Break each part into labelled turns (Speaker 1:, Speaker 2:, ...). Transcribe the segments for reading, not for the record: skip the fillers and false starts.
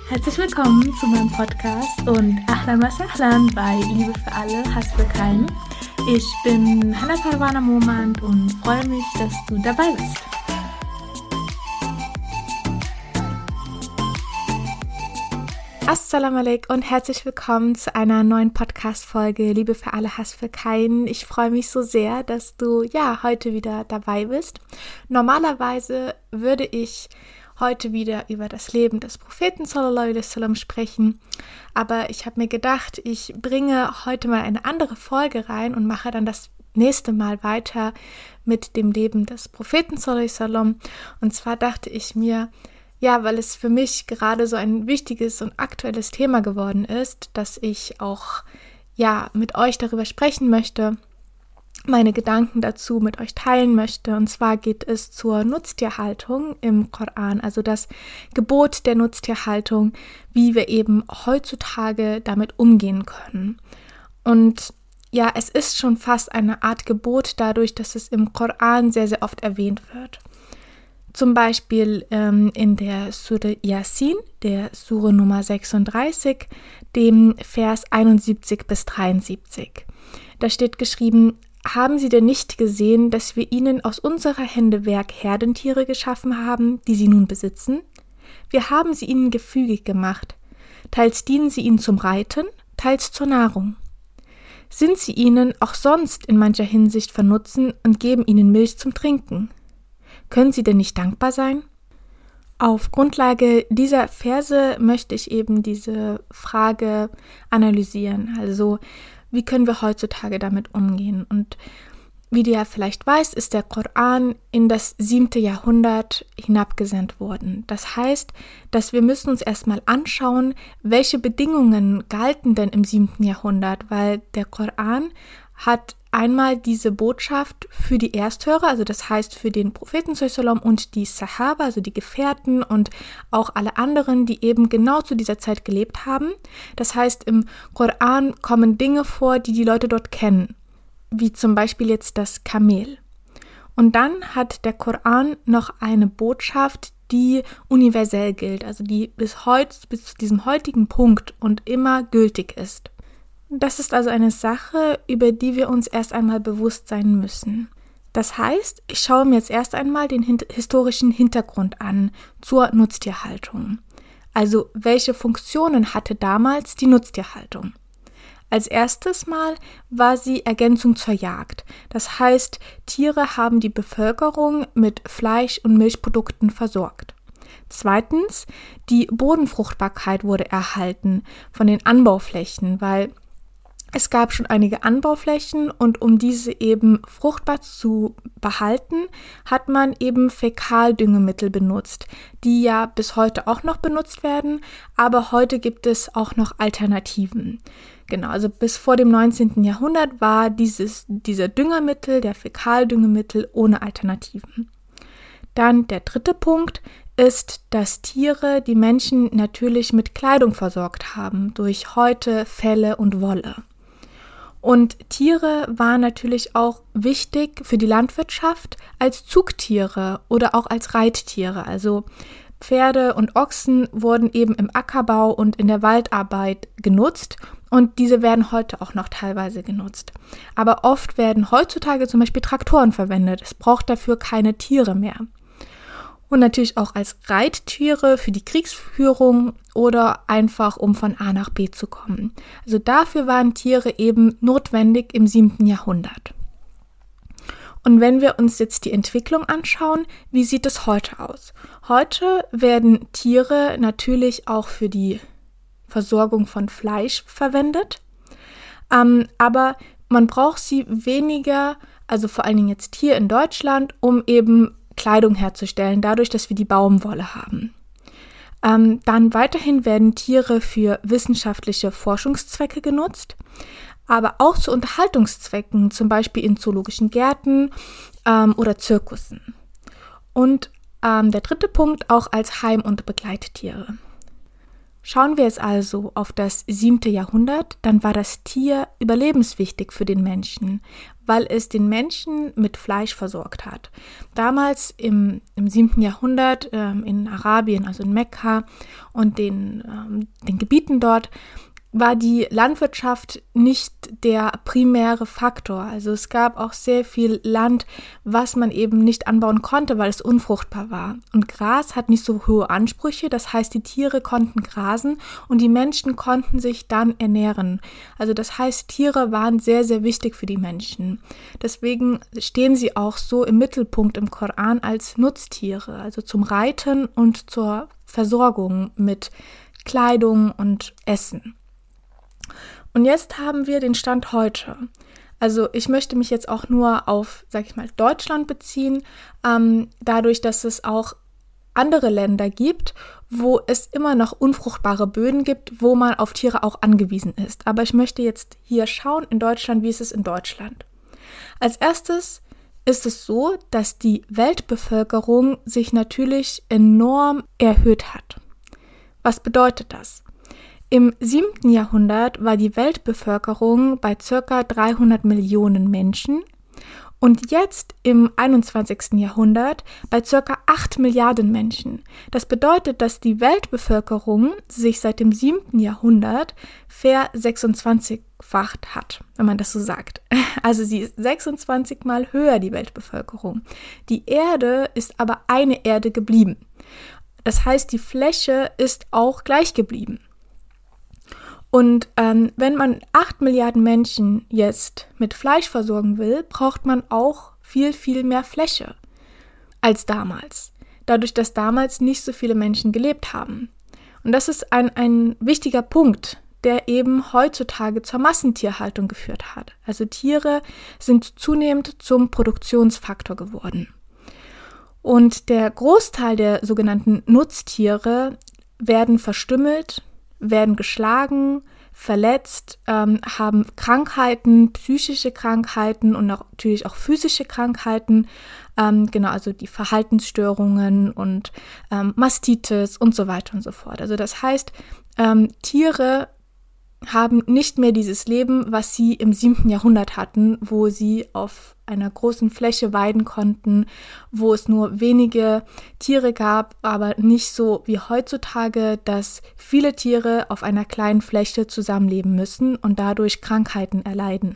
Speaker 1: Herzlich willkommen zu meinem Podcast und Ahlan wa Sahlan bei Liebe für alle, Hass für keinen. Ich bin Hannah Parwana Momand und freue mich, dass du dabei bist. Assalamu alaikum und herzlich willkommen zu einer neuen Podcast-Folge Liebe für alle, Hass für keinen. Ich freue mich so sehr, dass du heute wieder dabei bist. Normalerweise würde ich heute wieder über das Leben des Propheten sallallahu alaihi wasallam sprechen, aber ich habe mir gedacht, ich bringe heute mal eine andere Folge rein und mache dann das nächste Mal weiter mit dem Leben des Propheten sallallahu alaihi wasallam. Und zwar dachte ich mir, weil es für mich gerade so ein wichtiges und aktuelles Thema geworden ist, dass ich auch mit euch darüber sprechen möchte, meine Gedanken dazu mit euch teilen möchte. Und zwar geht es zur Nutztierhaltung im Koran, also das Gebot der Nutztierhaltung, wie wir eben heutzutage damit umgehen können. Und es ist schon fast eine Art Gebot dadurch, dass es im Koran sehr, sehr oft erwähnt wird. Zum Beispiel in der Surah Yasin, der Surah Nummer 36, dem Vers 71 bis 73. Da steht geschrieben: Haben Sie denn nicht gesehen, dass wir ihnen aus unserer Hände Werk Herdentiere geschaffen haben, die sie nun besitzen? Wir haben sie ihnen gefügig gemacht. Teils dienen sie ihnen zum Reiten, teils zur Nahrung. Sind sie ihnen auch sonst in mancher Hinsicht von Nutzen und geben ihnen Milch zum Trinken? Können Sie denn nicht dankbar sein? Auf Grundlage dieser Verse möchte ich eben diese Frage analysieren. Also, wie können wir heutzutage damit umgehen? Und wie du ja vielleicht weißt, ist der Koran in das 7. Jahrhundert hinabgesandt worden. Das heißt, dass wir müssen uns erstmal anschauen, welche Bedingungen galten denn im 7. Jahrhundert, weil der Koran hat einmal diese Botschaft für die Ersthörer, also das heißt für den Propheten sallallahu alaihi wasallam und die Sahaba, also die Gefährten und auch alle anderen, die eben genau zu dieser Zeit gelebt haben. Das heißt, im Koran kommen Dinge vor, die die Leute dort kennen, wie zum Beispiel jetzt das Kamel. Und dann hat der Koran noch eine Botschaft, die universell gilt, also die bis zu diesem heutigen Punkt und immer gültig ist. Das ist also eine Sache, über die wir uns erst einmal bewusst sein müssen. Das heißt, ich schaue mir jetzt erst einmal den historischen Hintergrund an zur Nutztierhaltung. Also, welche Funktionen hatte damals die Nutztierhaltung? Als erstes Mal war sie Ergänzung zur Jagd. Das heißt, Tiere haben die Bevölkerung mit Fleisch- und Milchprodukten versorgt. Zweitens, die Bodenfruchtbarkeit wurde erhalten von den Anbauflächen, weil es gab schon einige Anbauflächen und um diese eben fruchtbar zu behalten, hat man eben Fäkaldüngemittel benutzt, die ja bis heute auch noch benutzt werden, aber heute gibt es auch noch Alternativen. Genau, also bis vor dem 19. Jahrhundert war dieser Düngemittel, der Fäkaldüngemittel, ohne Alternativen. Dann der dritte Punkt ist, dass Tiere die Menschen natürlich mit Kleidung versorgt haben, durch Häute, Felle und Wolle. Und Tiere waren natürlich auch wichtig für die Landwirtschaft als Zugtiere oder auch als Reittiere. Also Pferde und Ochsen wurden eben im Ackerbau und in der Waldarbeit genutzt und diese werden heute auch noch teilweise genutzt. Aber oft werden heutzutage zum Beispiel Traktoren verwendet. Es braucht dafür keine Tiere mehr. Und natürlich auch als Reittiere für die Kriegsführung oder einfach, um von A nach B zu kommen. Also dafür waren Tiere eben notwendig im 7. Jahrhundert. Und wenn wir uns jetzt die Entwicklung anschauen, wie sieht es heute aus? Heute werden Tiere natürlich auch für die Versorgung von Fleisch verwendet, aber man braucht sie weniger, also vor allen Dingen jetzt hier in Deutschland, um eben Kleidung herzustellen, dadurch, dass wir die Baumwolle haben. Dann weiterhin werden Tiere für wissenschaftliche Forschungszwecke genutzt, aber auch zu Unterhaltungszwecken, zum Beispiel in zoologischen Gärten oder Zirkussen. Und der dritte Punkt auch als Heim- und Begleittiere. Schauen wir jetzt also auf das 7. Jahrhundert, dann war das Tier überlebenswichtig für den Menschen, weil es den Menschen mit Fleisch versorgt hat. Damals im 7. Jahrhundert in Arabien, also in Mekka und den Gebieten dort, war die Landwirtschaft nicht der primäre Faktor. Also es gab auch sehr viel Land, was man eben nicht anbauen konnte, weil es unfruchtbar war. Und Gras hat nicht so hohe Ansprüche, das heißt, die Tiere konnten grasen und die Menschen konnten sich dann ernähren. Also das heißt, Tiere waren sehr, sehr wichtig für die Menschen. Deswegen stehen sie auch so im Mittelpunkt im Koran als Nutztiere, also zum Reiten und zur Versorgung mit Kleidung und Essen. Und jetzt haben wir den Stand heute. Also ich möchte mich jetzt auch nur auf, sag ich mal, Deutschland beziehen, dadurch, dass es auch andere Länder gibt, wo es immer noch unfruchtbare Böden gibt, wo man auf Tiere auch angewiesen ist. Aber ich möchte jetzt hier schauen in Deutschland, wie ist es in Deutschland. Als erstes ist es so, dass die Weltbevölkerung sich natürlich enorm erhöht hat. Was bedeutet das? Im 7. Jahrhundert war die Weltbevölkerung bei ca. 300 Millionen Menschen und jetzt im 21. Jahrhundert bei ca. 8 Milliarden Menschen. Das bedeutet, dass die Weltbevölkerung sich seit dem 7. Jahrhundert ver-26-facht hat, wenn man das so sagt. Also sie ist 26 Mal höher, die Weltbevölkerung. Die Erde ist aber eine Erde geblieben. Das heißt, die Fläche ist auch gleich geblieben. Und wenn man 8 Milliarden Menschen jetzt mit Fleisch versorgen will, braucht man auch viel, viel mehr Fläche als damals. Dadurch, dass damals nicht so viele Menschen gelebt haben. Und das ist ein wichtiger Punkt, der eben heutzutage zur Massentierhaltung geführt hat. Also Tiere sind zunehmend zum Produktionsfaktor geworden. Und der Großteil der sogenannten Nutztiere werden verstümmelt, werden geschlagen, verletzt, haben Krankheiten, psychische Krankheiten und natürlich auch physische Krankheiten, also die Verhaltensstörungen und Mastitis und so weiter und so fort. Also das heißt, Tiere haben nicht mehr dieses Leben, was sie im 7. Jahrhundert hatten, wo sie auf einer großen Fläche weiden konnten, wo es nur wenige Tiere gab, aber nicht so wie heutzutage, dass viele Tiere auf einer kleinen Fläche zusammenleben müssen und dadurch Krankheiten erleiden.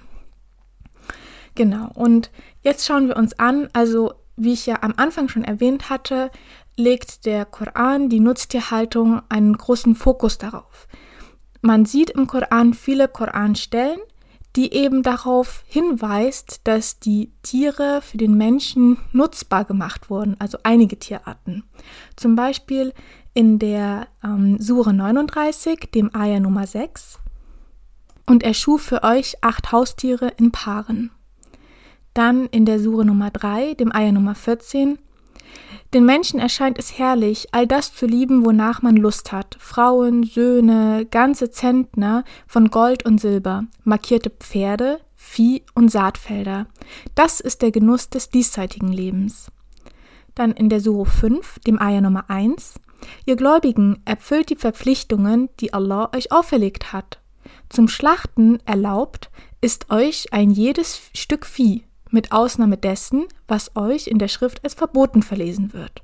Speaker 1: Genau, und jetzt schauen wir uns an, also wie ich ja am Anfang schon erwähnt hatte, legt der Koran, die Nutztierhaltung, einen großen Fokus darauf. Man sieht im Koran viele Koranstellen, die eben darauf hinweist, dass die Tiere für den Menschen nutzbar gemacht wurden, also einige Tierarten. Zum Beispiel in der Sure 39, dem Ayah Nummer 6. Und er schuf für euch 8 Haustiere in Paaren. Dann in der Sure Nummer 3, dem Ayah Nummer 14. Den Menschen erscheint es herrlich, all das zu lieben, wonach man Lust hat. Frauen, Söhne, ganze Zentner von Gold und Silber, markierte Pferde, Vieh und Saatfelder. Das ist der Genuss des diesseitigen Lebens. Dann in der Sure 5, dem Ayah Nummer 1. Ihr Gläubigen, erfüllt die Verpflichtungen, die Allah euch auferlegt hat. Zum Schlachten erlaubt ist euch ein jedes Stück Vieh, mit Ausnahme dessen, was euch in der Schrift als verboten verlesen wird.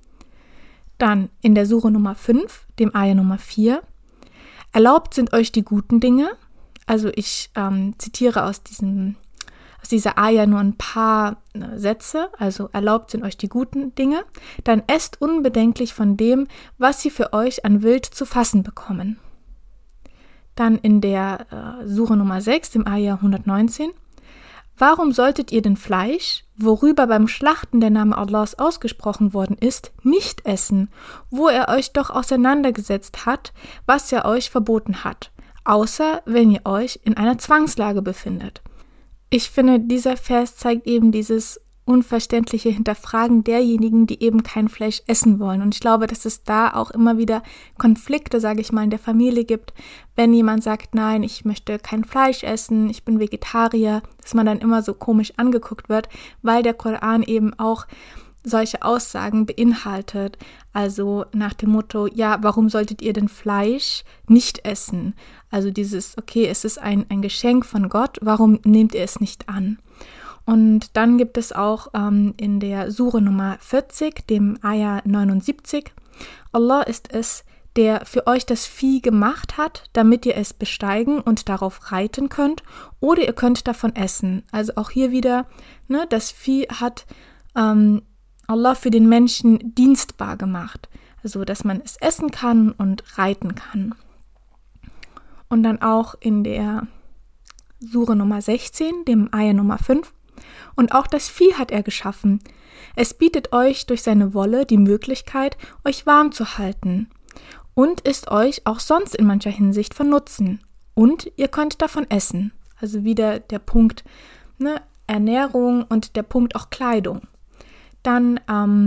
Speaker 1: Dann in der Sure Nummer 5, dem Ayah Nummer 4, erlaubt sind euch die guten Dinge, also ich zitiere aus dieser Ayah nur ein paar Sätze, also erlaubt sind euch die guten Dinge, dann esst unbedenklich von dem, was sie für euch an Wild zu fassen bekommen. Dann in der Sure Nummer 6, dem Ayah 119, warum solltet ihr denn Fleisch, worüber beim Schlachten der Name Allahs ausgesprochen worden ist, nicht essen, wo er euch doch auseinandergesetzt hat, was er euch verboten hat, außer wenn ihr euch in einer Zwangslage befindet? Ich finde, dieser Vers zeigt eben dieses unverständliche Hinterfragen derjenigen, die eben kein Fleisch essen wollen. Und ich glaube, dass es da auch immer wieder Konflikte, sage ich mal, in der Familie gibt, wenn jemand sagt, nein, ich möchte kein Fleisch essen, ich bin Vegetarier, dass man dann immer so komisch angeguckt wird, weil der Koran eben auch solche Aussagen beinhaltet. Also nach dem Motto, ja, warum solltet ihr denn Fleisch nicht essen? Also dieses, okay, es ist ein Geschenk von Gott, warum nehmt ihr es nicht an? Und dann gibt es auch in der Sure Nummer 40, dem Ayah 79, Allah ist es, der für euch das Vieh gemacht hat, damit ihr es besteigen und darauf reiten könnt, oder ihr könnt davon essen. Also auch hier wieder, ne, das Vieh hat Allah für den Menschen dienstbar gemacht, also dass man es essen kann und reiten kann. Und dann auch in der Sure Nummer 16, dem Ayah Nummer 5, und auch das Vieh hat er geschaffen. Es bietet euch durch seine Wolle die Möglichkeit, euch warm zu halten und ist euch auch sonst in mancher Hinsicht von Nutzen. Und ihr könnt davon essen. Also wieder der Punkt, ne, Ernährung und der Punkt auch Kleidung. Dann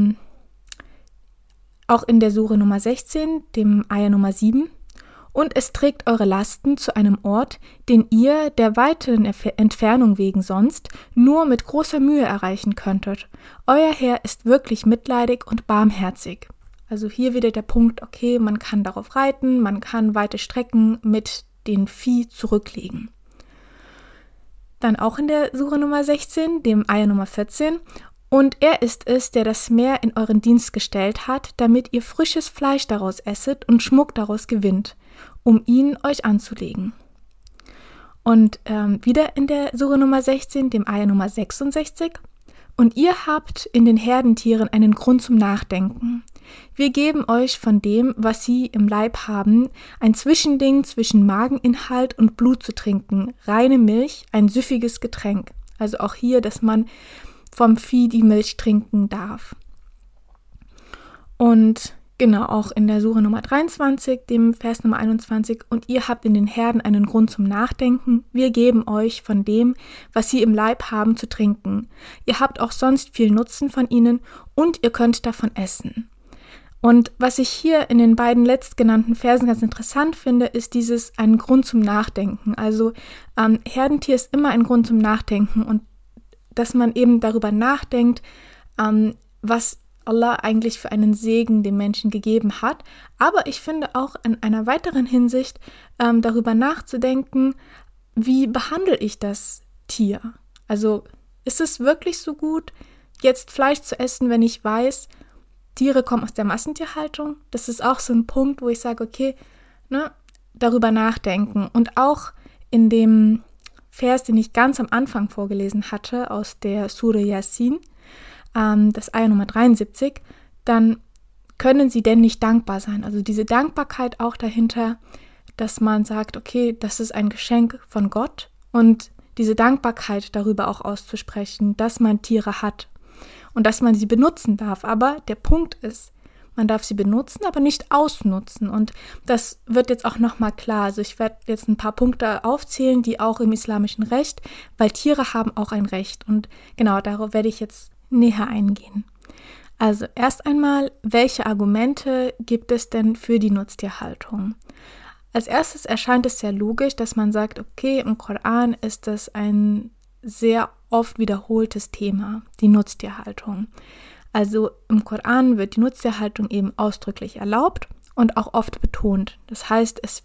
Speaker 1: auch in der Sure Nummer 16, dem Ayah Nummer 7, und es trägt eure Lasten zu einem Ort, den ihr der weiten Entfernung wegen sonst nur mit großer Mühe erreichen könntet. Euer Herr ist wirklich mitleidig und barmherzig. Also hier wieder der Punkt, okay, man kann darauf reiten, man kann weite Strecken mit den Vieh zurücklegen. Dann auch in der Sure Nummer 16, dem Ayah Nummer 14, und er ist es, der das Meer in euren Dienst gestellt hat, damit ihr frisches Fleisch daraus esset und Schmuck daraus gewinnt, um ihn euch anzulegen. Und wieder in der Sure Nummer 16, dem Ayah Nummer 66, und ihr habt in den Herdentieren einen Grund zum Nachdenken. Wir geben euch von dem, was sie im Leib haben, ein Zwischending zwischen Mageninhalt und Blut zu trinken, reine Milch, ein süffiges Getränk. Also auch hier, dass man vom Vieh die Milch trinken darf. Und genau, auch in der Sure Nummer 23, dem Vers Nummer 21, und ihr habt in den Herden einen Grund zum Nachdenken. Wir geben euch von dem, was sie im Leib haben, zu trinken. Ihr habt auch sonst viel Nutzen von ihnen und ihr könnt davon essen. Und was ich hier in den beiden letztgenannten Versen ganz interessant finde, ist dieses ein Grund zum Nachdenken. Also Herdentier ist immer ein Grund zum Nachdenken und dass man eben darüber nachdenkt, was Allah eigentlich für einen Segen dem Menschen gegeben hat. Aber ich finde auch in einer weiteren Hinsicht darüber nachzudenken, wie behandle ich das Tier? Also ist es wirklich so gut, jetzt Fleisch zu essen, wenn ich weiß, Tiere kommen aus der Massentierhaltung? Das ist auch so ein Punkt, wo ich sage, okay, ne, darüber nachdenken. Und auch in dem Vers, den ich ganz am Anfang vorgelesen hatte, aus der Sure Yasin, das Ayah Nummer 73, dann können sie denn nicht dankbar sein. Also diese Dankbarkeit auch dahinter, dass man sagt, okay, das ist ein Geschenk von Gott und diese Dankbarkeit darüber auch auszusprechen, dass man Tiere hat und dass man sie benutzen darf. Aber der Punkt ist, man darf sie benutzen, aber nicht ausnutzen. Und das wird jetzt auch nochmal klar. Also ich werde jetzt ein paar Punkte aufzählen, die auch im islamischen Recht, weil Tiere haben auch ein Recht. Und genau darauf werde ich jetzt näher eingehen. Also erst einmal, welche Argumente gibt es denn für die Nutztierhaltung? Als erstes erscheint es sehr logisch, dass man sagt, okay, im Koran ist das ein sehr oft wiederholtes Thema, die Nutztierhaltung. Also im Koran wird die Nutztierhaltung eben ausdrücklich erlaubt und auch oft betont. Das heißt, es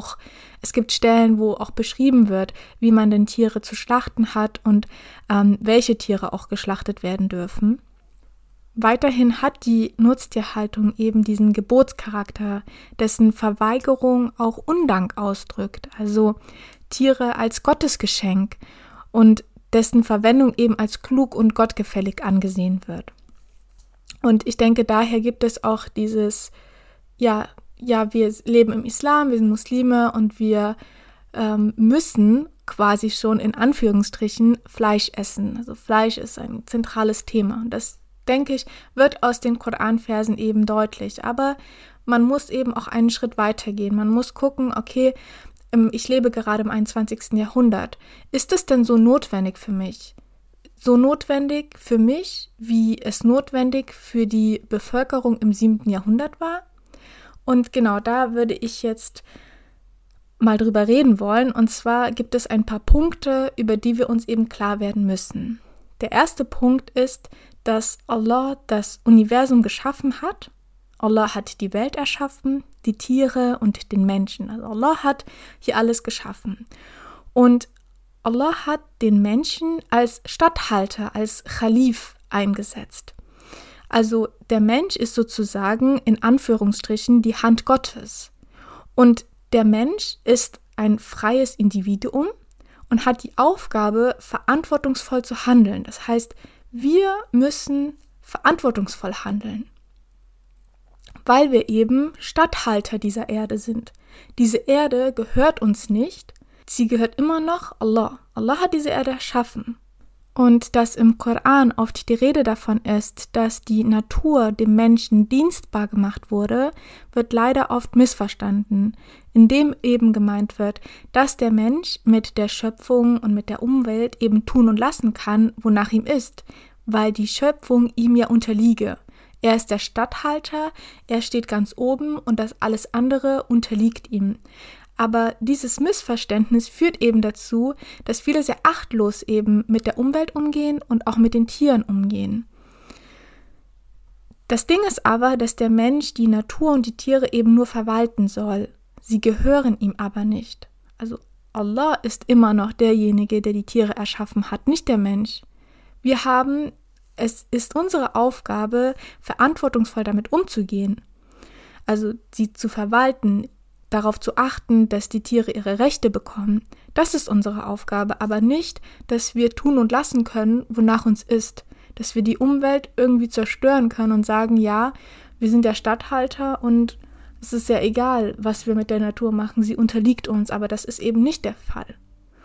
Speaker 1: gibt Stellen, wo auch beschrieben wird, wie man denn Tiere zu schlachten hat und welche Tiere auch geschlachtet werden dürfen. Weiterhin hat die Nutztierhaltung eben diesen Gebotscharakter, dessen Verweigerung auch Undank ausdrückt, also Tiere als Gottesgeschenk und dessen Verwendung eben als klug und gottgefällig angesehen wird. Und ich denke, daher gibt es auch dieses, ja, wir leben im Islam, wir sind Muslime und wir müssen quasi schon in Anführungsstrichen Fleisch essen. Also Fleisch ist ein zentrales Thema. Und das, denke ich, wird aus den Koranversen eben deutlich. Aber man muss eben auch einen Schritt weiter gehen. Man muss gucken, okay, ich lebe gerade im 21. Jahrhundert. Ist es denn so notwendig für mich? So notwendig für mich, wie es notwendig für die Bevölkerung im 7. Jahrhundert war? Und genau da würde ich jetzt mal drüber reden wollen. Und zwar gibt es ein paar Punkte, über die wir uns eben klar werden müssen. Der erste Punkt ist, dass Allah das Universum geschaffen hat. Allah hat die Welt erschaffen, die Tiere und den Menschen. Also Allah hat hier alles geschaffen. Und Allah hat den Menschen als Statthalter, als Khalif eingesetzt. Also der Mensch ist sozusagen in Anführungsstrichen die Hand Gottes. Und der Mensch ist ein freies Individuum und hat die Aufgabe, verantwortungsvoll zu handeln. Das heißt, wir müssen verantwortungsvoll handeln, weil wir eben Statthalter dieser Erde sind. Diese Erde gehört uns nicht, sie gehört immer noch Allah. Allah hat diese Erde erschaffen. Und dass im Koran oft die Rede davon ist, dass die Natur dem Menschen dienstbar gemacht wurde, wird leider oft missverstanden, indem eben gemeint wird, dass der Mensch mit der Schöpfung und mit der Umwelt eben tun und lassen kann, wonach ihm ist, weil die Schöpfung ihm ja unterliege. Er ist der Statthalter, er steht ganz oben und das alles andere unterliegt ihm. Aber dieses Missverständnis führt eben dazu, dass viele sehr achtlos eben mit der Umwelt umgehen und auch mit den Tieren umgehen. Das Ding ist aber, dass der Mensch die Natur und die Tiere eben nur verwalten soll. Sie gehören ihm aber nicht. Also Allah ist immer noch derjenige, der die Tiere erschaffen hat, nicht der Mensch. Es ist unsere Aufgabe, verantwortungsvoll damit umzugehen. Also sie zu verwalten, darauf zu achten, dass die Tiere ihre Rechte bekommen. Das ist unsere Aufgabe, aber nicht, dass wir tun und lassen können, wonach uns ist. Dass wir die Umwelt irgendwie zerstören können und sagen, ja, wir sind der Statthalter und es ist ja egal, was wir mit der Natur machen, sie unterliegt uns, aber das ist eben nicht der Fall.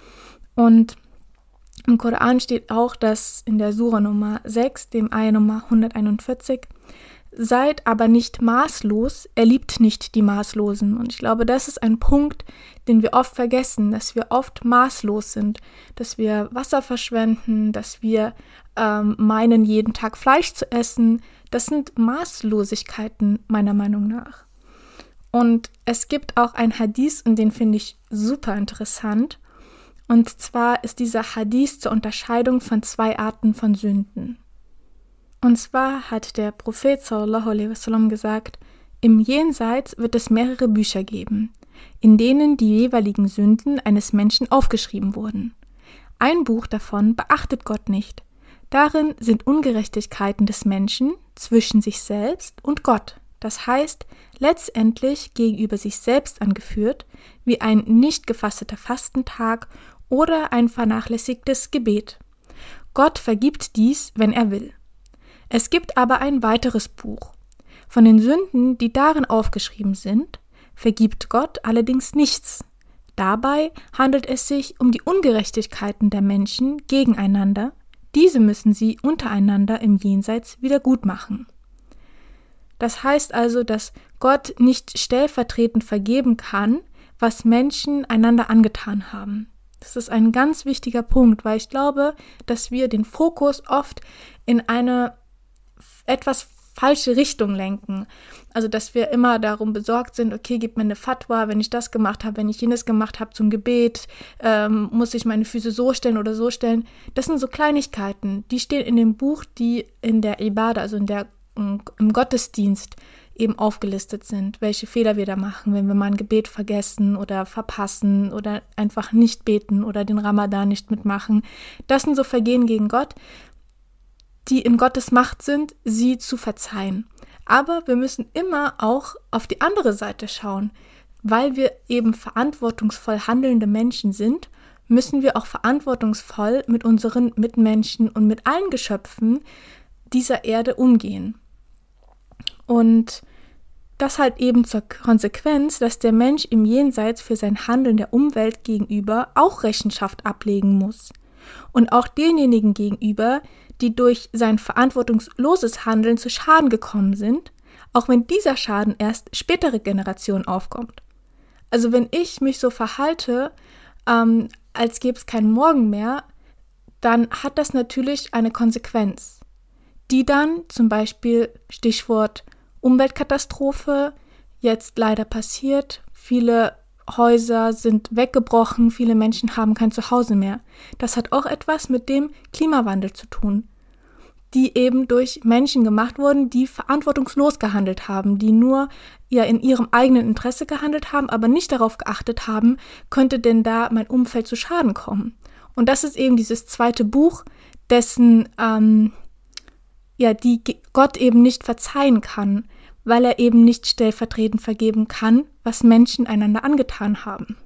Speaker 1: Und im Koran steht auch, dass in der Sura Nummer 6, dem Ayah Nummer 141, seid aber nicht maßlos, er liebt nicht die Maßlosen. Und ich glaube, das ist ein Punkt, den wir oft vergessen, dass wir oft maßlos sind, dass wir Wasser verschwenden, dass wir meinen, jeden Tag Fleisch zu essen. Das sind Maßlosigkeiten, meiner Meinung nach. Und es gibt auch ein Hadith, und den finde ich super interessant. Und zwar ist dieser Hadith zur Unterscheidung von 2 Arten von Sünden. Und zwar hat der Prophet sallallahu alaihi wasallam gesagt, im Jenseits wird es mehrere Bücher geben, in denen die jeweiligen Sünden eines Menschen aufgeschrieben wurden. Ein Buch davon beachtet Gott nicht. Darin sind Ungerechtigkeiten des Menschen zwischen sich selbst und Gott. Das heißt, letztendlich gegenüber sich selbst angeführt, wie ein nicht gefasteter Fastentag oder ein vernachlässigtes Gebet. Gott vergibt dies, wenn er will. Es gibt aber ein weiteres Buch. Von den Sünden, die darin aufgeschrieben sind, vergibt Gott allerdings nichts. Dabei handelt es sich um die Ungerechtigkeiten der Menschen gegeneinander. Diese müssen sie untereinander im Jenseits wieder gut machen. Das heißt also, dass Gott nicht stellvertretend vergeben kann, was Menschen einander angetan haben. Das ist ein ganz wichtiger Punkt, weil ich glaube, dass wir den Fokus oft in eine etwas falsche Richtung lenken. Also, dass wir immer darum besorgt sind, okay, gib mir eine Fatwa, wenn ich das gemacht habe, wenn ich jenes gemacht habe zum Gebet, muss ich meine Füße so stellen oder so stellen. Das sind so Kleinigkeiten, die stehen in dem Buch, die in der Ibadah, also im Gottesdienst eben aufgelistet sind, welche Fehler wir da machen, wenn wir mal ein Gebet vergessen oder verpassen oder einfach nicht beten oder den Ramadan nicht mitmachen. Das sind so Vergehen gegen Gott, die in Gottes Macht sind, sie zu verzeihen. Aber wir müssen immer auch auf die andere Seite schauen. Weil wir eben verantwortungsvoll handelnde Menschen sind, müssen wir auch verantwortungsvoll mit unseren Mitmenschen und mit allen Geschöpfen dieser Erde umgehen. Und das halt eben zur Konsequenz, dass der Mensch im Jenseits für sein Handeln der Umwelt gegenüber auch Rechenschaft ablegen muss. Und auch denjenigen gegenüber, die durch sein verantwortungsloses Handeln zu Schaden gekommen sind, auch wenn dieser Schaden erst spätere Generationen aufkommt. Also wenn ich mich so verhalte, als gäbe es keinen Morgen mehr, dann hat das natürlich eine Konsequenz, die dann zum Beispiel, Stichwort Umweltkatastrophe, jetzt leider passiert, viele Häuser sind weggebrochen, viele Menschen haben kein Zuhause mehr. Das hat auch etwas mit dem Klimawandel zu tun. die eben durch Menschen gemacht wurden, die verantwortungslos gehandelt haben, die nur in ihrem eigenen Interesse gehandelt haben, aber nicht darauf geachtet haben, könnte denn da mein Umfeld zu Schaden kommen. Und das ist eben dieses zweite Buch, dessen die Gott eben nicht verzeihen kann, weil er eben nicht stellvertretend vergeben kann, was Menschen einander angetan haben.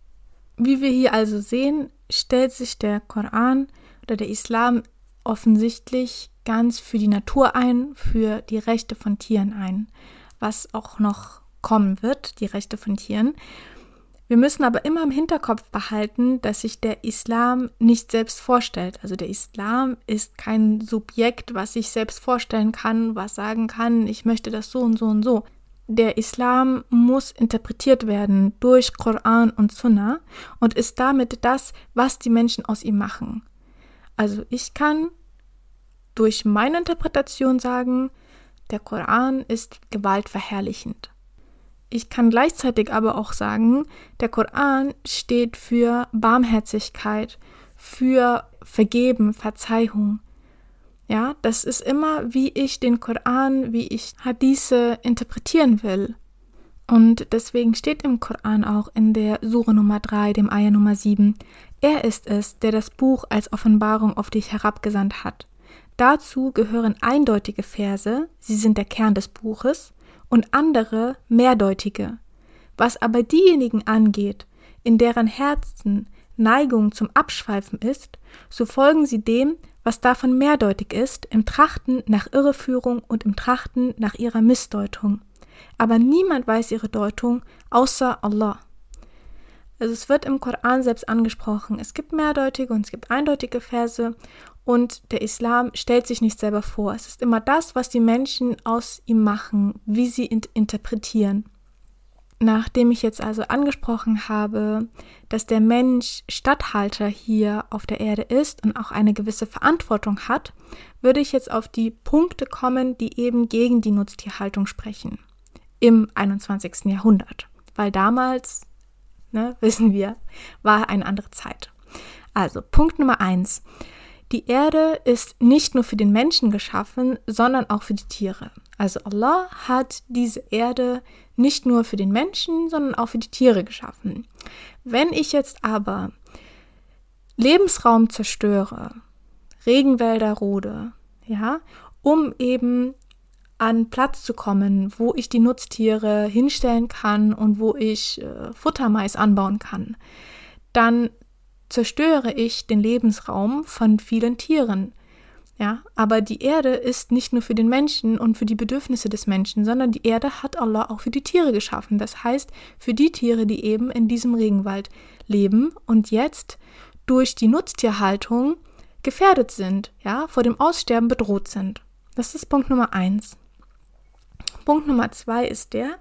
Speaker 1: Wie wir hier also sehen, stellt sich der Koran oder der Islam offensichtlich ganz für die Natur ein, für die Rechte von Tieren ein, was auch noch kommen wird, die Rechte von Tieren. Wir müssen aber immer im Hinterkopf behalten, dass sich der Islam nicht selbst vorstellt. Also der Islam ist kein Subjekt, was sich selbst vorstellen kann, was sagen kann, ich möchte das so und so und so. Der Islam muss interpretiert werden durch Koran und Sunna und ist damit das, was die Menschen aus ihm machen. Also ich kann durch meine Interpretation sagen, der Koran ist gewaltverherrlichend. Ich kann gleichzeitig aber auch sagen, der Koran steht für Barmherzigkeit, für Vergeben, Verzeihung. Ja, das ist immer, wie ich den Koran, wie ich Hadithe interpretieren will. Und deswegen steht im Koran auch in der Sure Nummer 3, dem Ayah Nummer 7, er ist es, der das Buch als Offenbarung auf dich herabgesandt hat. Dazu gehören eindeutige Verse, sie sind der Kern des Buches, und andere mehrdeutige. Was aber diejenigen angeht, in deren Herzen Neigung zum Abschweifen ist, so folgen sie dem, was davon mehrdeutig ist, im Trachten nach Irreführung und im Trachten nach ihrer Missdeutung. Aber niemand weiß ihre Deutung, außer Allah. Also es wird im Koran selbst angesprochen, es gibt mehrdeutige und es gibt eindeutige Verse und der Islam stellt sich nicht selber vor. Es ist immer das, was die Menschen aus ihm machen, wie sie interpretieren. Nachdem ich jetzt also angesprochen habe, dass der Mensch Statthalter hier auf der Erde ist und auch eine gewisse Verantwortung hat, würde ich jetzt auf die Punkte kommen, die eben gegen die Nutztierhaltung sprechen im 21. Jahrhundert. Weil damals, wissen wir, war eine andere Zeit. Also Punkt Nummer 1. Die Erde ist nicht nur für den Menschen geschaffen, sondern auch für die Tiere. Also Allah hat diese Erde nicht nur für den Menschen, sondern auch für die Tiere geschaffen. Wenn ich jetzt aber Lebensraum zerstöre, Regenwälder rode, um eben an Platz zu kommen, wo ich die Nutztiere hinstellen kann und wo ich Futtermais anbauen kann, dann zerstöre ich den Lebensraum von vielen Tieren. Ja, aber die Erde ist nicht nur für den Menschen und für die Bedürfnisse des Menschen, sondern die Erde hat Allah auch für die Tiere geschaffen. Das heißt, für die Tiere, die eben in diesem Regenwald leben und jetzt durch die Nutztierhaltung gefährdet sind, vor dem Aussterben bedroht sind. Das ist Punkt Nummer 1. Punkt Nummer 2 ist der,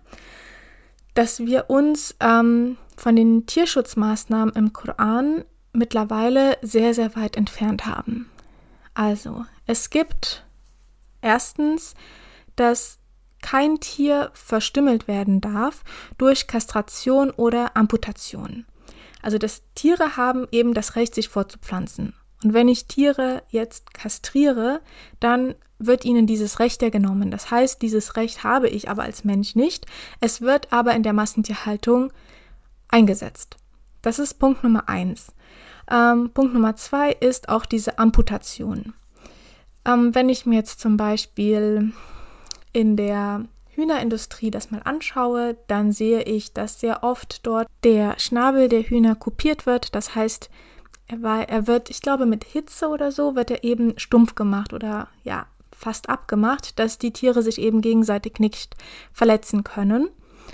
Speaker 1: dass wir uns von den Tierschutzmaßnahmen im Koran mittlerweile sehr, sehr weit entfernt haben. Also, es gibt erstens, dass kein Tier verstümmelt werden darf durch Kastration oder Amputation. Also, dass Tiere haben eben das Recht, sich fortzupflanzen. Und wenn ich Tiere jetzt kastriere, dann wird ihnen dieses Recht ja genommen. Das heißt, dieses Recht habe ich aber als Mensch nicht. Es wird aber in der Massentierhaltung eingesetzt. Das ist Punkt Nummer 1. Punkt Nummer 2 ist auch diese Amputation. Wenn ich mir jetzt zum Beispiel in der Hühnerindustrie das mal anschaue, dann sehe ich, dass sehr oft dort der Schnabel der Hühner kupiert wird. Das heißt, er wird, ich glaube mit Hitze oder so, wird er eben stumpf gemacht oder fast abgemacht, dass die Tiere sich eben gegenseitig nicht verletzen können.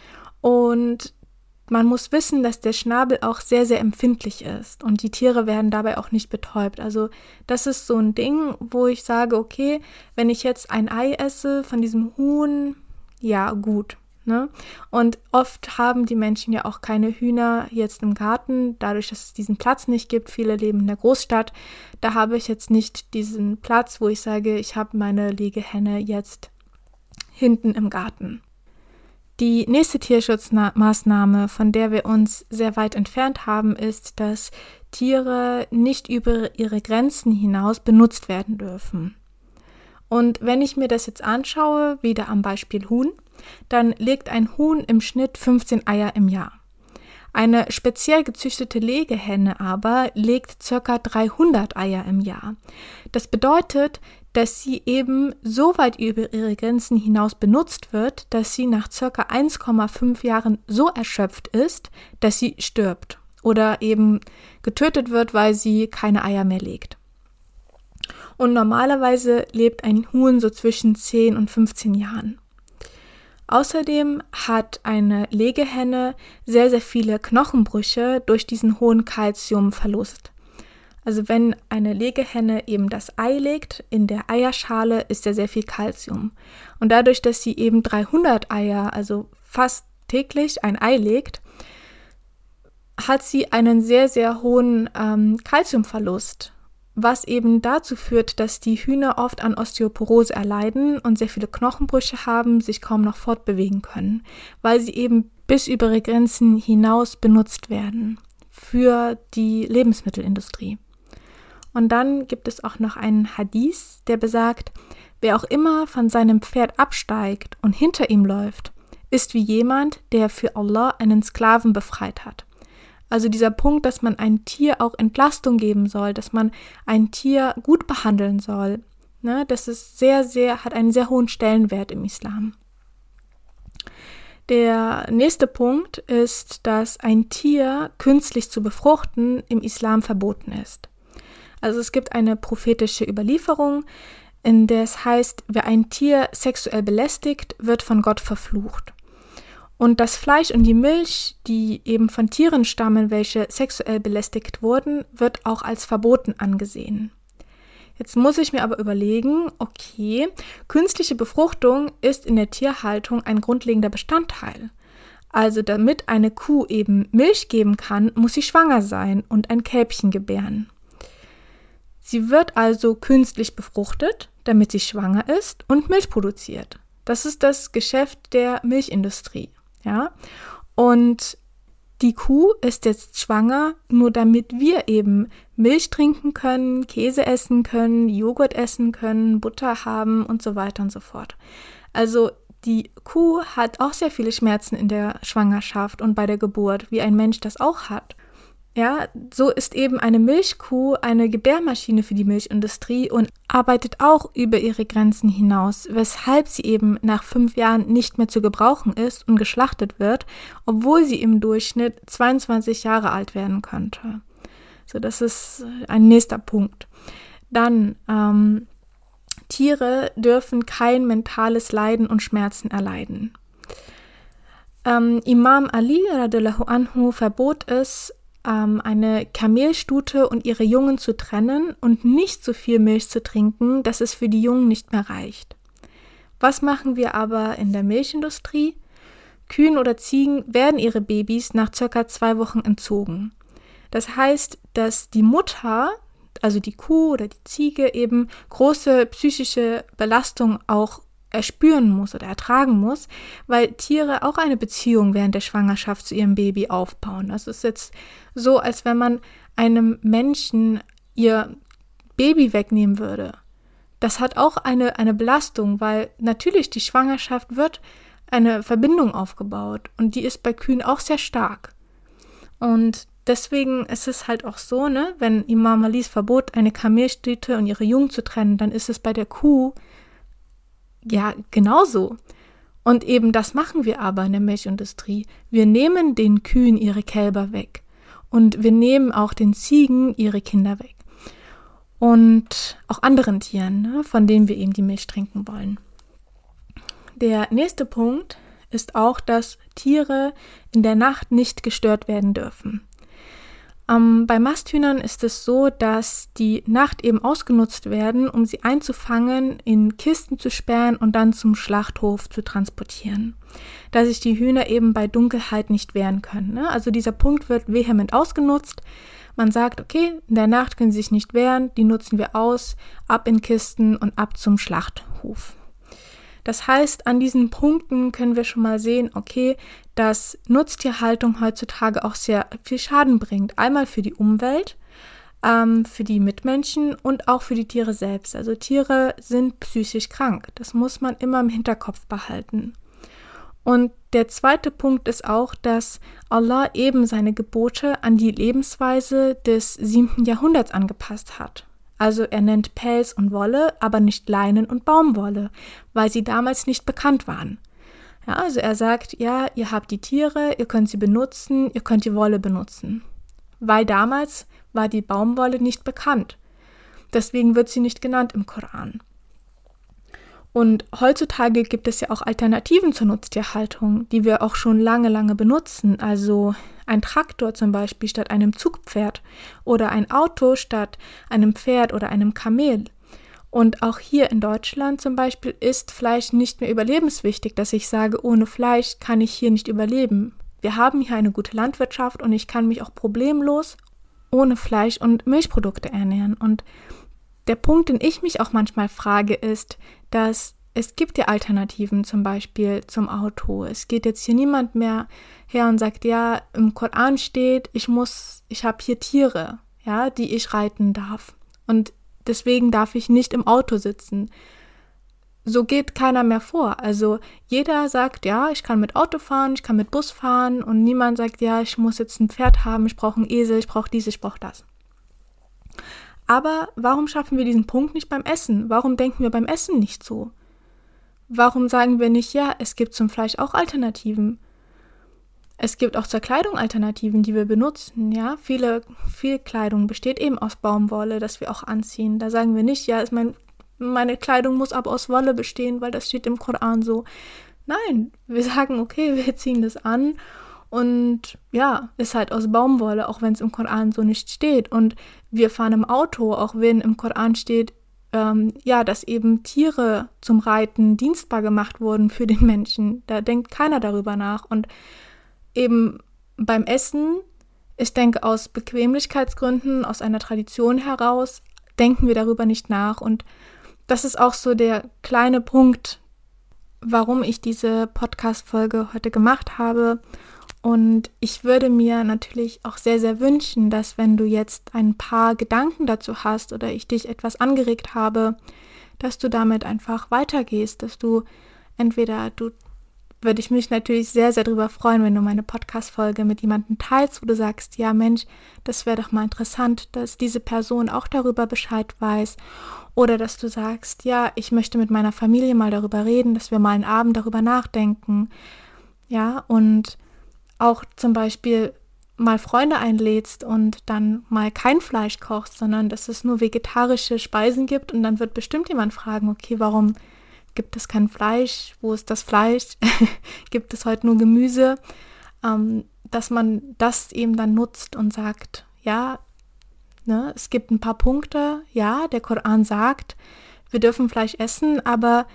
Speaker 1: Und man muss wissen, dass der Schnabel auch sehr, sehr empfindlich ist und die Tiere werden dabei auch nicht betäubt. Also das ist so ein Ding, wo ich sage, okay, wenn ich jetzt ein Ei esse von diesem Huhn, gut. Und oft haben die Menschen ja auch keine Hühner jetzt im Garten, dadurch, dass es diesen Platz nicht gibt. Viele leben in der Großstadt. Da habe ich jetzt nicht diesen Platz, wo ich sage, ich habe meine Legehenne jetzt hinten im Garten. Die nächste Tierschutzmaßnahme, von der wir uns sehr weit entfernt haben, ist, dass Tiere nicht über ihre Grenzen hinaus benutzt werden dürfen. Und wenn ich mir das jetzt anschaue, wieder am Beispiel Huhn, dann legt ein Huhn im Schnitt 15 Eier im Jahr. Eine speziell gezüchtete Legehenne aber legt ca. 300 Eier im Jahr. Das bedeutet, dass sie eben so weit über ihre Grenzen hinaus benutzt wird, dass sie nach ca. 1,5 Jahren so erschöpft ist, dass sie stirbt oder eben getötet wird, weil sie keine Eier mehr legt. Und normalerweise lebt ein Huhn so zwischen 10 und 15 Jahren. Außerdem hat eine Legehenne sehr, sehr viele Knochenbrüche durch diesen hohen Kalziumverlust. Also wenn eine Legehenne eben das Ei legt, in der Eierschale ist ja sehr viel Kalzium. Und dadurch, dass sie eben 300 Eier, also fast täglich ein Ei legt, hat sie einen sehr, sehr hohen Kalziumverlust, was eben dazu führt, dass die Hühner oft an Osteoporose erleiden und sehr viele Knochenbrüche haben, sich kaum noch fortbewegen können, weil sie eben bis über ihre Grenzen hinaus benutzt werden für die Lebensmittelindustrie. Und dann gibt es auch noch einen Hadith, der besagt, wer auch immer von seinem Pferd absteigt und hinter ihm läuft, ist wie jemand, der für Allah einen Sklaven befreit hat. Also dieser Punkt, dass man ein Tier auch Entlastung geben soll, dass man ein Tier gut behandeln soll, ne, das ist hat einen sehr hohen Stellenwert im Islam. Der nächste Punkt ist, dass ein Tier künstlich zu befruchten im Islam verboten ist. Also es gibt eine prophetische Überlieferung, in der es heißt, wer ein Tier sexuell belästigt, wird von Gott verflucht. Und das Fleisch und die Milch, die eben von Tieren stammen, welche sexuell belästigt wurden, wird auch als verboten angesehen. Jetzt muss ich mir aber überlegen, okay, künstliche Befruchtung ist in der Tierhaltung ein grundlegender Bestandteil. Also damit eine Kuh eben Milch geben kann, muss sie schwanger sein und ein Kälbchen gebären. Sie wird also künstlich befruchtet, damit sie schwanger ist und Milch produziert. Das ist das Geschäft der Milchindustrie. Ja, und die Kuh ist jetzt schwanger, nur damit wir eben Milch trinken können, Käse essen können, Joghurt essen können, Butter haben und so weiter und so fort. Also die Kuh hat auch sehr viele Schmerzen in der Schwangerschaft und bei der Geburt, wie ein Mensch das auch hat. Ja, so ist eben eine Milchkuh eine Gebärmaschine für die Milchindustrie und arbeitet auch über ihre Grenzen hinaus, weshalb sie eben nach 5 Jahren nicht mehr zu gebrauchen ist und geschlachtet wird, obwohl sie im Durchschnitt 22 Jahre alt werden könnte. So, das ist ein nächster Punkt. Dann, Tiere dürfen kein mentales Leiden und Schmerzen erleiden. Imam Ali radiallahu anhu verbot es, eine Kamelstute und ihre Jungen zu trennen und nicht so viel Milch zu trinken, dass es für die Jungen nicht mehr reicht. Was machen wir aber in der Milchindustrie? Kühen oder Ziegen werden ihre Babys nach ca. 2 Wochen entzogen. Das heißt, dass die Mutter, also die Kuh oder die Ziege, eben große psychische Belastung auch erspüren muss oder ertragen muss, weil Tiere auch eine Beziehung während der Schwangerschaft zu ihrem Baby aufbauen. Das ist jetzt so, als wenn man einem Menschen ihr Baby wegnehmen würde. Das hat auch eine Belastung, weil natürlich die Schwangerschaft wird eine Verbindung aufgebaut und die ist bei Kühen auch sehr stark. Und deswegen ist es halt auch so, ne, wenn Imam Alis Verbot, eine Kamelstute und ihre Jungen zu trennen, dann ist es bei der Kuh ja genauso. Und eben das machen wir aber in der Milchindustrie. Wir nehmen den Kühen ihre Kälber weg und wir nehmen auch den Ziegen ihre Kinder weg. Und auch anderen Tieren, ne, von denen wir eben die Milch trinken wollen. Der nächste Punkt ist auch, dass Tiere in der Nacht nicht gestört werden dürfen. Bei Masthühnern ist es so, dass die Nacht eben ausgenutzt werden, um sie einzufangen, in Kisten zu sperren und dann zum Schlachthof zu transportieren, da sich die Hühner eben bei Dunkelheit nicht wehren können. Ne? Also dieser Punkt wird vehement ausgenutzt. Man sagt, okay, in der Nacht können sie sich nicht wehren, die nutzen wir aus, ab in Kisten und ab zum Schlachthof. Das heißt, an diesen Punkten können wir schon mal sehen, okay, dass Nutztierhaltung heutzutage auch sehr viel Schaden bringt. Einmal für die Umwelt, für die Mitmenschen und auch für die Tiere selbst. Also Tiere sind psychisch krank. Das muss man immer im Hinterkopf behalten. Und der zweite Punkt ist auch, dass Allah eben seine Gebote an die Lebensweise des 7. Jahrhunderts angepasst hat. Also er nennt Pelz und Wolle, aber nicht Leinen und Baumwolle, weil sie damals nicht bekannt waren. Ja, also er sagt, ja, ihr habt die Tiere, ihr könnt sie benutzen, ihr könnt die Wolle benutzen. Weil damals war die Baumwolle nicht bekannt. Deswegen wird sie nicht genannt im Koran. Und heutzutage gibt es ja auch Alternativen zur Nutztierhaltung, die wir auch schon lange, lange benutzen. Also ein Traktor zum Beispiel statt einem Zugpferd oder ein Auto statt einem Pferd oder einem Kamel. Und auch hier in Deutschland zum Beispiel ist Fleisch nicht mehr überlebenswichtig, dass ich sage, ohne Fleisch kann ich hier nicht überleben. Wir haben hier eine gute Landwirtschaft und ich kann mich auch problemlos ohne Fleisch und Milchprodukte ernähren. Und der Punkt, den ich mich auch manchmal frage, ist, dass es gibt ja Alternativen zum Beispiel zum Auto. Es geht jetzt hier niemand mehr her und sagt, ja, im Koran steht, ich habe hier Tiere, ja, die ich reiten darf. Und deswegen darf ich nicht im Auto sitzen. So geht keiner mehr vor. Also jeder sagt, ja, ich kann mit Auto fahren, ich kann mit Bus fahren und niemand sagt, ja, ich muss jetzt ein Pferd haben, ich brauche einen Esel, ich brauche dies, ich brauche das. Aber warum schaffen wir diesen Punkt nicht beim Essen? Warum denken wir beim Essen nicht so? Warum sagen wir nicht, ja, es gibt zum Fleisch auch Alternativen? Es gibt auch zur Kleidung Alternativen, die wir benutzen, ja. Viel Kleidung besteht eben aus Baumwolle, das wir auch anziehen. Da sagen wir nicht, ja, meine Kleidung muss aber aus Wolle bestehen, weil das steht im Koran so. Nein, wir sagen, okay, wir ziehen das an und ja, ist halt aus Baumwolle, auch wenn es im Koran so nicht steht. Und wir fahren im Auto, auch wenn im Koran steht, ja, dass eben Tiere zum Reiten dienstbar gemacht wurden für den Menschen. Da denkt keiner darüber nach. Und eben beim Essen, ich denke aus Bequemlichkeitsgründen, aus einer Tradition heraus, denken wir darüber nicht nach. Und das ist auch so der kleine Punkt, warum ich diese Podcast-Folge heute gemacht habe. Und ich würde mir natürlich auch sehr, sehr wünschen, dass wenn du jetzt ein paar Gedanken dazu hast oder ich dich etwas angeregt habe, dass du damit einfach weitergehst, dass du würde ich mich natürlich sehr, sehr darüber freuen, wenn du meine Podcast-Folge mit jemandem teilst, wo du sagst, ja Mensch, das wäre doch mal interessant, dass diese Person auch darüber Bescheid weiß. Oder dass du sagst, ja, ich möchte mit meiner Familie mal darüber reden, dass wir mal einen Abend darüber nachdenken. Ja, und auch zum Beispiel mal Freunde einlädst und dann mal kein Fleisch kochst, sondern dass es nur vegetarische Speisen gibt und dann wird bestimmt jemand fragen, okay, warum gibt es kein Fleisch? Wo ist das Fleisch? Gibt es heute nur Gemüse? Dass man das eben dann nutzt und sagt, ja, ne, es gibt ein paar Punkte, ja, der Koran sagt, wir dürfen Fleisch essen, aber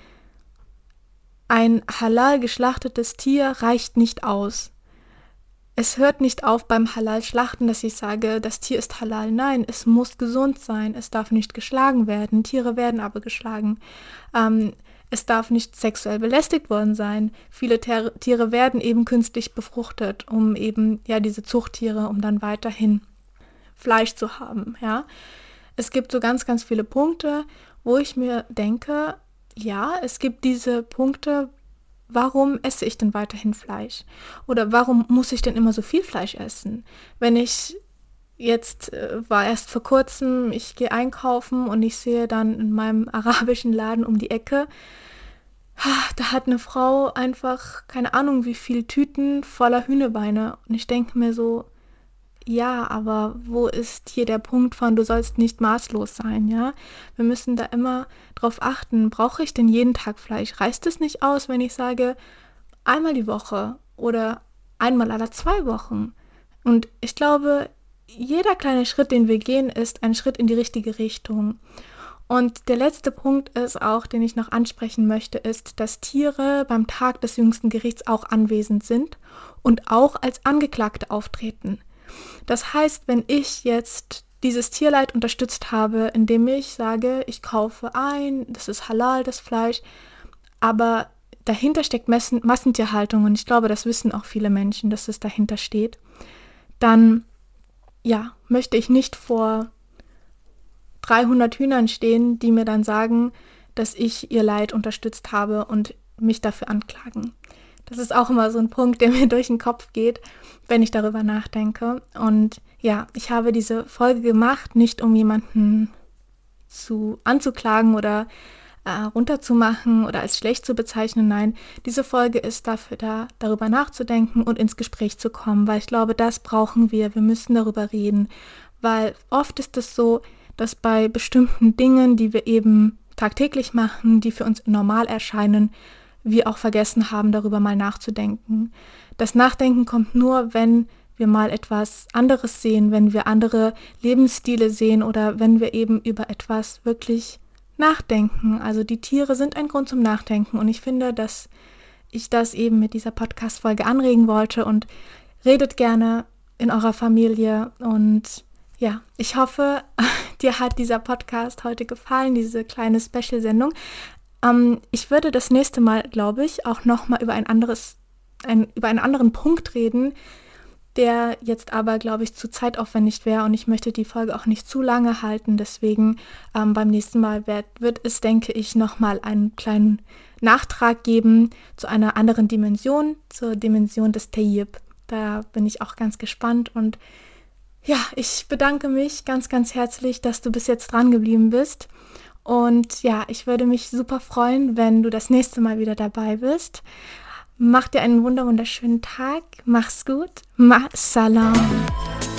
Speaker 1: ein halal geschlachtetes Tier reicht nicht aus. Es hört nicht auf beim Halal-Schlachten, dass ich sage, das Tier ist halal. Nein, es muss gesund sein. Es darf nicht geschlagen werden. Tiere werden aber geschlagen. Es darf nicht sexuell belästigt worden sein. Viele Tiere werden eben künstlich befruchtet, um eben, ja, diese Zuchttiere, um dann weiterhin Fleisch zu haben, ja. Es gibt so ganz, ganz viele Punkte, wo ich mir denke, ja, es gibt diese Punkte, warum esse ich denn weiterhin Fleisch? Oder warum muss ich denn immer so viel Fleisch essen? Wenn ich jetzt, war erst vor kurzem, ich gehe einkaufen und ich sehe dann in meinem arabischen Laden um die Ecke, da hat eine Frau einfach, keine Ahnung wie viel Tüten voller Hühnerbeine. Und ich denke mir so, ja, aber wo ist hier der Punkt von, du sollst nicht maßlos sein, ja? Wir müssen da immer drauf achten, brauche ich denn jeden Tag Fleisch? Reicht es nicht aus, wenn ich sage, einmal die Woche oder einmal alle 2 Wochen? Und ich glaube, jeder kleine Schritt, den wir gehen, ist ein Schritt in die richtige Richtung. Und der letzte Punkt ist auch, den ich noch ansprechen möchte, ist, dass Tiere beim Tag des jüngsten Gerichts auch anwesend sind und auch als Angeklagte auftreten. Das heißt, wenn ich jetzt dieses Tierleid unterstützt habe, indem ich sage, ich kaufe ein, das ist halal, das Fleisch, aber dahinter steckt Massentierhaltung und ich glaube, das wissen auch viele Menschen, dass es dahinter steht, dann ja, möchte ich nicht vor 300 Hühnern stehen, die mir dann sagen, dass ich ihr Leid unterstützt habe und mich dafür anklagen. Das ist auch immer so ein Punkt, der mir durch den Kopf geht, wenn ich darüber nachdenke. Und ja, ich habe diese Folge gemacht, nicht um jemanden anzuklagen oder runterzumachen oder als schlecht zu bezeichnen. Nein, diese Folge ist dafür da, darüber nachzudenken und ins Gespräch zu kommen, weil ich glaube, das brauchen wir. Wir müssen darüber reden, weil oft ist es so, dass bei bestimmten Dingen, die wir eben tagtäglich machen, die für uns normal erscheinen, wir auch vergessen haben, darüber mal nachzudenken. Das Nachdenken kommt nur, wenn wir mal etwas anderes sehen, wenn wir andere Lebensstile sehen oder wenn wir eben über etwas wirklich nachdenken. Also die Tiere sind ein Grund zum Nachdenken und ich finde, dass ich das eben mit dieser Podcast-Folge anregen wollte und redet gerne in eurer Familie und ja, ich hoffe, dir hat dieser Podcast heute gefallen, diese kleine Special-Sendung. Ich würde das nächste Mal, glaube ich, auch nochmal über über einen anderen Punkt reden, der jetzt aber, glaube ich, zu zeitaufwendig wäre und ich möchte die Folge auch nicht zu lange halten. Deswegen beim nächsten Mal wird es, denke ich, nochmal einen kleinen Nachtrag geben zu einer anderen Dimension, zur Dimension des Tayyip. Da bin ich auch ganz gespannt und ja, ich bedanke mich ganz, ganz herzlich, dass du bis jetzt dran geblieben bist. Und ja, ich würde mich super freuen, wenn du das nächste Mal wieder dabei bist. Mach dir einen wunderschönen Tag. Mach's gut. Ma salam.